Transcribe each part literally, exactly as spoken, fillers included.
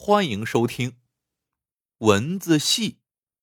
欢迎收听文字戏。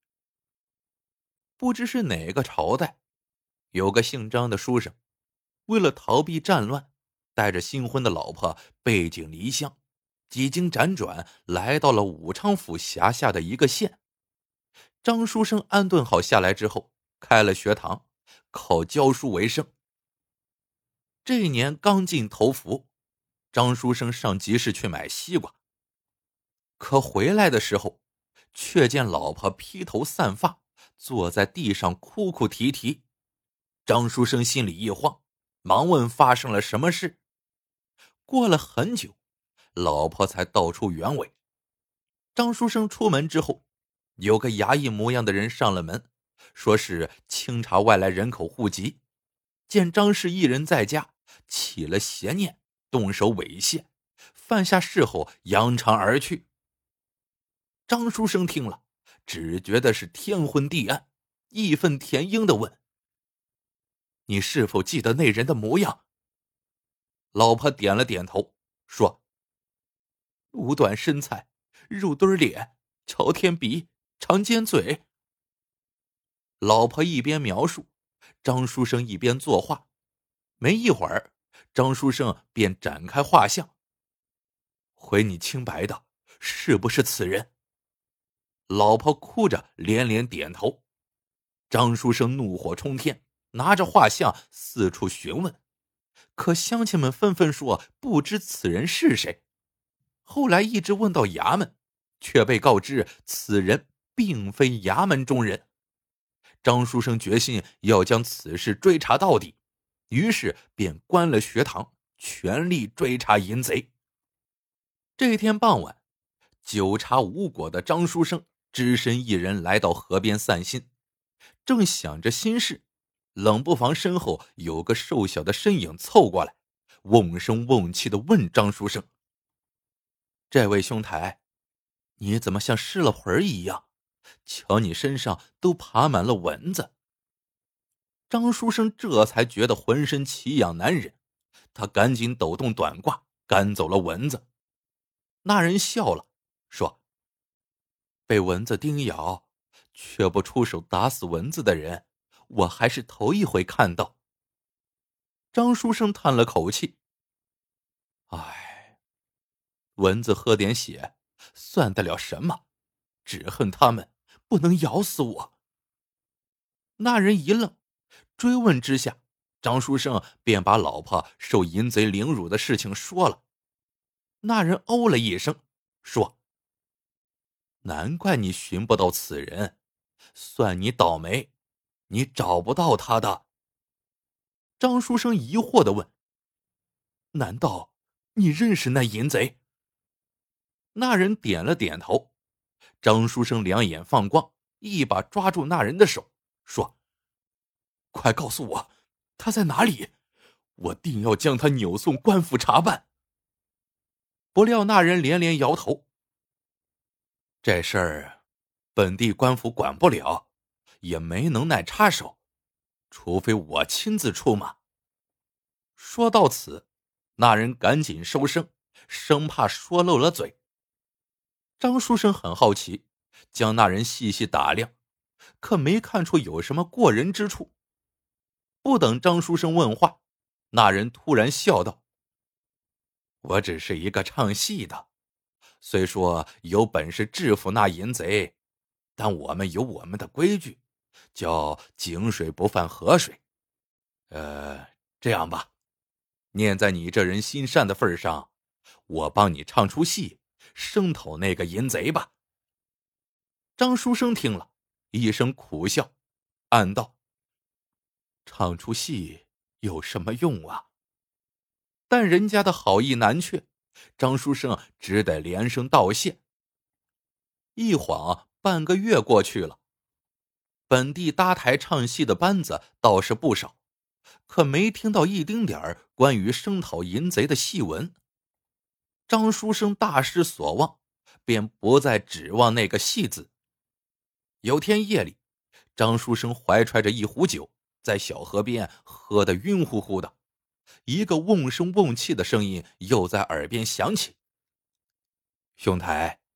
不知是哪个朝代，有个姓张的书生，为了逃避战乱，带着新婚的老婆背井离乡，几经辗转来到了武昌府辖下的一个县。张书生安顿好下来之后，开了学堂，靠教书为生。这一年刚进头伏，张书生上集市去买西瓜，可回来的时候，却见老婆披头散发，坐在地上哭哭啼啼。张书生心里一慌，忙问发生了什么事。过了很久，老婆才道出原委。张书生出门之后，有个衙役模样的人上了门，说是清查外来人口户籍，见张氏一人在家，起了邪念，动手猥亵，犯下事后扬长而去。张书生听了，只觉得是天昏地暗，义愤填膺地问：你是否记得那人的模样？老婆点了点头，说：五短身材，肉墩脸，朝天鼻，长尖嘴。老婆一边描述，张书生一边作画。没一会儿，张书生便展开画像。回你清白的，是不是此人？老婆哭着连连点头。张书生怒火冲天，拿着画像四处询问，可乡亲们纷纷说不知此人是谁。后来一直问到衙门，却被告知此人并非衙门中人。张书生决心要将此事追查到底，于是便关了学堂，全力追查淫贼。这天傍晚，久查无果的张书生只身一人来到河边散心，正想着心事，冷不防身后有个瘦小的身影凑过来，瓮声瓮气地问张书生：这位兄台，你怎么像失了魂一样？瞧你身上都爬满了蚊子。张书生这才觉得浑身奇痒难忍，他赶紧抖动短褂赶走了蚊子。那人笑了，说：被蚊子叮咬却不出手打死蚊子的人，我还是头一回看到。张书生叹了口气：唉，蚊子喝点血算得了什么，只恨他们不能咬死我。那人一愣，追问之下，张书生便把老婆受淫贼凌辱的事情说了。那人哦了一声，说：难怪你寻不到此人，算你倒霉，你找不到他的。张书生疑惑地问：难道你认识那淫贼？那人点了点头。张书生两眼放光，一把抓住那人的手，说：快告诉我他在哪里，我定要将他扭送官府查办。不料那人连连摇头：这事儿本地官府管不了，也没能耐插手，除非我亲自出马。说到此，那人赶紧收声，生怕说漏了嘴。张书生很好奇，将那人细细打量，可没看出有什么过人之处。不等张书生问话，那人突然笑道：我只是一个唱戏的，虽说有本事制服那淫贼，但我们有我们的规矩，叫井水不犯河水。呃，这样吧，念在你这人心善的份上，我帮你唱出戏，声讨那个淫贼吧。张书生听了，一声苦笑，暗道：唱出戏有什么用啊？但人家的好意难却，张书生只得连声道谢。一晃半个月过去了，本地搭台唱戏的班子倒是不少，可没听到一丁点儿关于声讨淫贼的戏文。张书生大失所望，便不再指望那个戏字。有天夜里，张书生怀揣着一壶酒，在小河边喝得晕乎乎的，一个瓮声瓮气的声音又在耳边响起：兄台，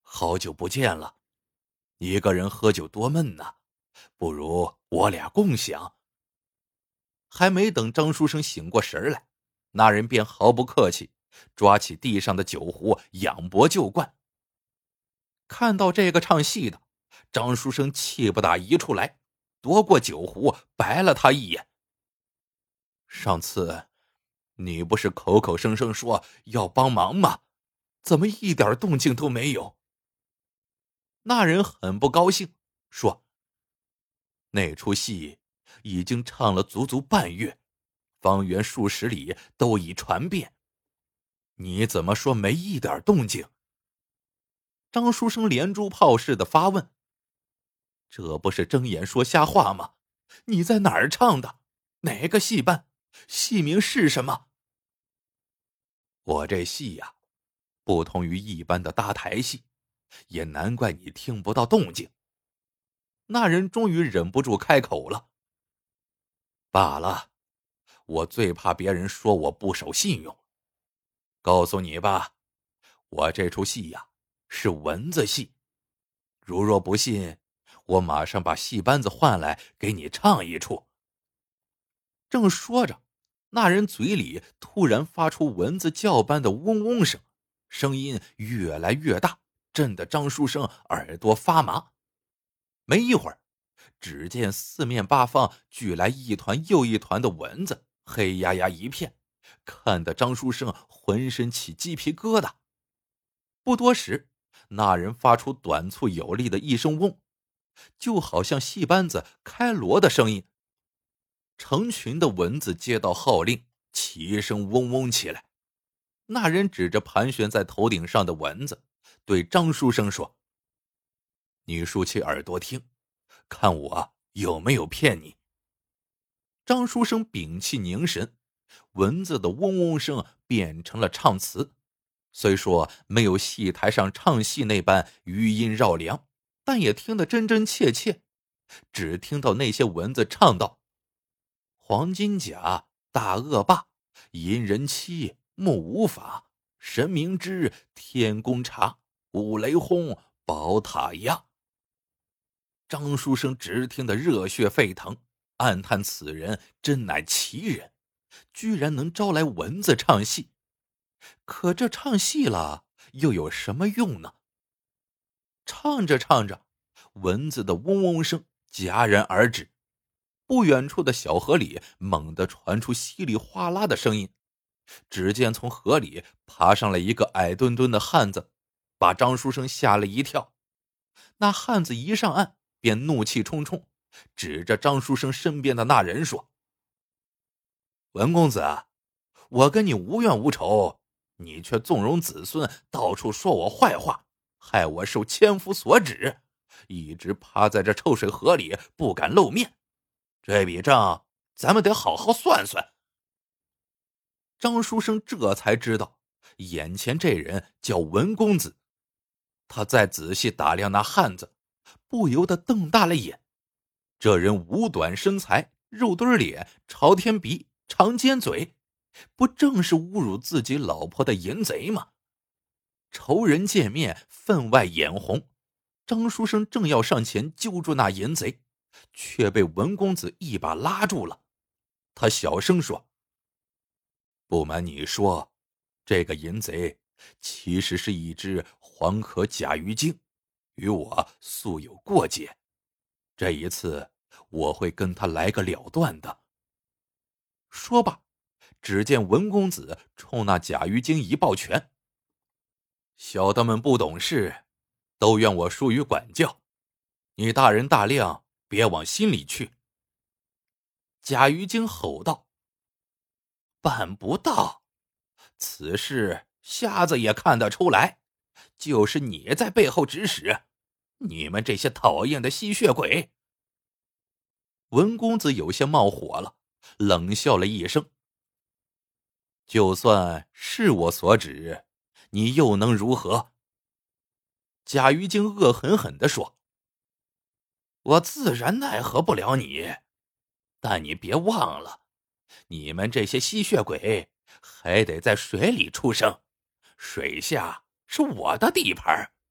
好久不见了，一个人喝酒多闷呐，不如我俩共享。”还没等张书生醒过神来，那人便毫不客气，抓起地上的酒壶，仰脖就灌。看到这个唱戏的，张书生气不打一处来，夺过酒壶，白了他一眼：“上次你不是口口声声说要帮忙吗？怎么一点动静都没有？”那人很不高兴，说：“那出戏已经唱了足足半月，方圆数十里都已传遍，你怎么说没一点动静？”张书生连珠炮似的发问：“这不是睁眼说瞎话吗？你在哪儿唱的？哪个戏班？戏名是什么？”“我这戏呀、啊，不同于一般的搭台戏，也难怪你听不到动静。”那人终于忍不住开口了：“罢了，我最怕别人说我不守信用。告诉你吧，我这出戏呀、啊、是蚊子戏。如若不信，我马上把戏班子换来给你唱一出。”正说着，那人嘴里突然发出蚊子叫般的嗡嗡声，声音越来越大，震得张书生耳朵发麻。没一会儿，只见四面八方聚来一团又一团的蚊子，黑压压一片，看得张书生浑身起鸡皮疙瘩。不多时，那人发出短促有力的一声嗡，就好像戏班子开锣的声音。成群的蚊子接到号令，齐声嗡嗡起来。那人指着盘旋在头顶上的蚊子，对张书生说：“你竖起耳朵听，看我有没有骗你。”张书生屏气凝神，蚊子的嗡嗡声变成了唱词。虽说没有戏台上唱戏那般余音绕梁，但也听得真真切切。只听到那些蚊子唱道：“黄金甲，大恶霸，淫人妻，目无法，神明知，天公察，五雷轰，宝塔压。”张书生直听得热血沸腾，暗叹此人真乃奇人，居然能招来蚊子唱戏。可这唱戏了又有什么用呢？唱着唱着，蚊子的嗡嗡声戛然而止。不远处的小河里猛地传出稀里哗啦的声音，只见从河里爬上来一个矮墩墩的汉子，把张书生吓了一跳。那汉子一上岸便怒气冲冲，指着张书生身边的那人说：“文公子，我跟你无怨无仇，你却纵容子孙到处说我坏话，害我受千夫所指，一直趴在这臭水河里不敢露面。这笔账咱们得好好算算。”张书生这才知道眼前这人叫文公子。他再仔细打量那汉子，不由得瞪大了眼。这人五短身材，肉墩脸，朝天鼻，长尖嘴，不正是侮辱自己老婆的淫贼吗？仇人见面，分外眼红。张书生正要上前揪住那淫贼，却被文公子一把拉住了。他小声说：“不瞒你说，这个淫贼其实是一只黄河甲鱼精，与我素有过节。这一次我会跟他来个了断的。”说罢，只见文公子冲那甲鱼精一抱拳：“小的们不懂事，都怨我疏于管教，你大人大量，别往心里去。”甲鱼精吼道：“办不到！此事瞎子也看得出来，就是你在背后指使，你们这些讨厌的吸血鬼！”文公子有些冒火了，冷笑了一声：“就算是我所指，你又能如何？”甲鱼精恶狠狠地说：“我自然奈何不了你，但你别忘了，你们这些吸血鬼还得在水里出生，水下是我的地盘。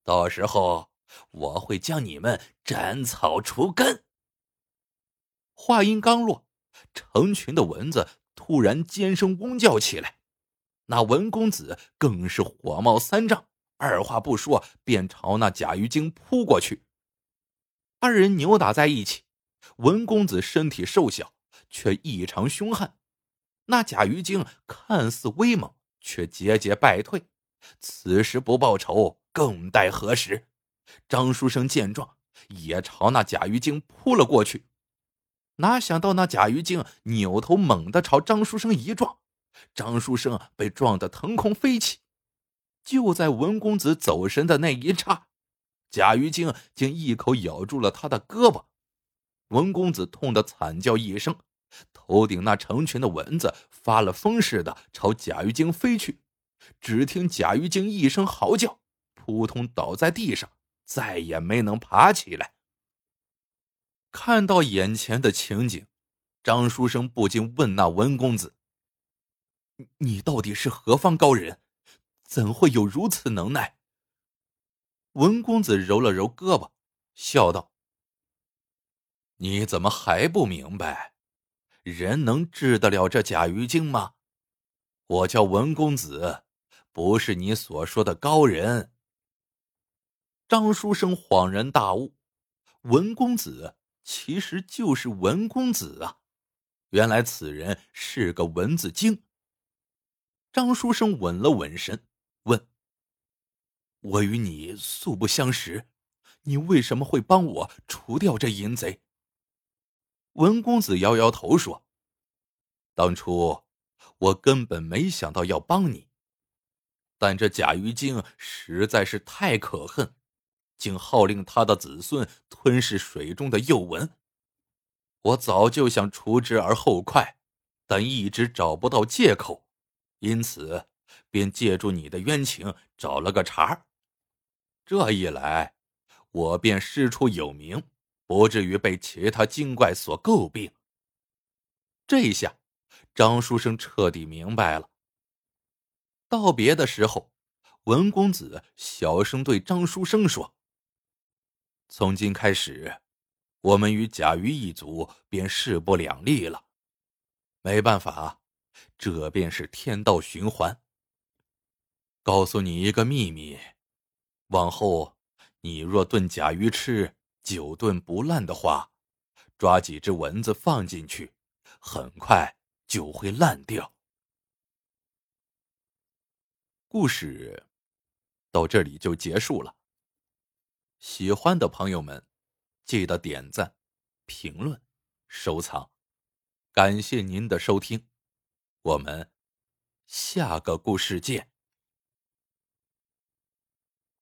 到时候我会将你们斩草除根。话音刚落，成群的蚊子突然尖声嗡叫起来，那文公子更是火冒三丈，二话不说便朝那甲鱼精扑过去。二人扭打在一起，文公子身体瘦小，却异常凶悍，那甲鱼精看似威猛，却节节败退。此时不报仇，更待何时？张书生见状，也朝那甲鱼精扑了过去。哪想到那甲鱼精扭头猛地朝张书生一撞，张书生被撞得腾空飞起。就在文公子走神的那一刹，甲鱼精竟一口咬住了他的胳膊。文公子痛得惨叫一声，头顶那成群的蚊子发了疯似的朝甲鱼精飞去。只听甲鱼精一声嚎叫，扑通倒在地上，再也没能爬起来。看到眼前的情景，张书生不禁问那文公子：“你到底是何方高人？怎会有如此能耐？”文公子揉了揉胳膊，笑道：“你怎么还不明白？人能治得了这甲鱼精吗？我叫文公子，不是你所说的高人。”张书生恍然大悟，文公子其实就是文公子啊！原来此人是个蚊子精。张书生稳了稳神，问：“我与你素不相识，你为什么会帮我除掉这淫贼？”文公子摇摇头说：“当初我根本没想到要帮你，但这甲鱼精实在是太可恨，竟号令他的子孙吞噬水中的幼蚊。我早就想除之而后快，但一直找不到借口，因此便借助你的冤情找了个茬。这一来，我便师出有名，不至于被其他精怪所诟病。”这下张书生彻底明白了。道别的时候，文公子小声对张书生说：“从今开始，我们与甲鱼一族便势不两立了。没办法，这便是天道循环。告诉你一个秘密，往后你若炖甲鱼吃，久炖不烂的话，抓几只蚊子放进去，很快就会烂掉。”故事到这里就结束了。喜欢的朋友们，记得点赞、评论、收藏。感谢您的收听，我们下个故事见。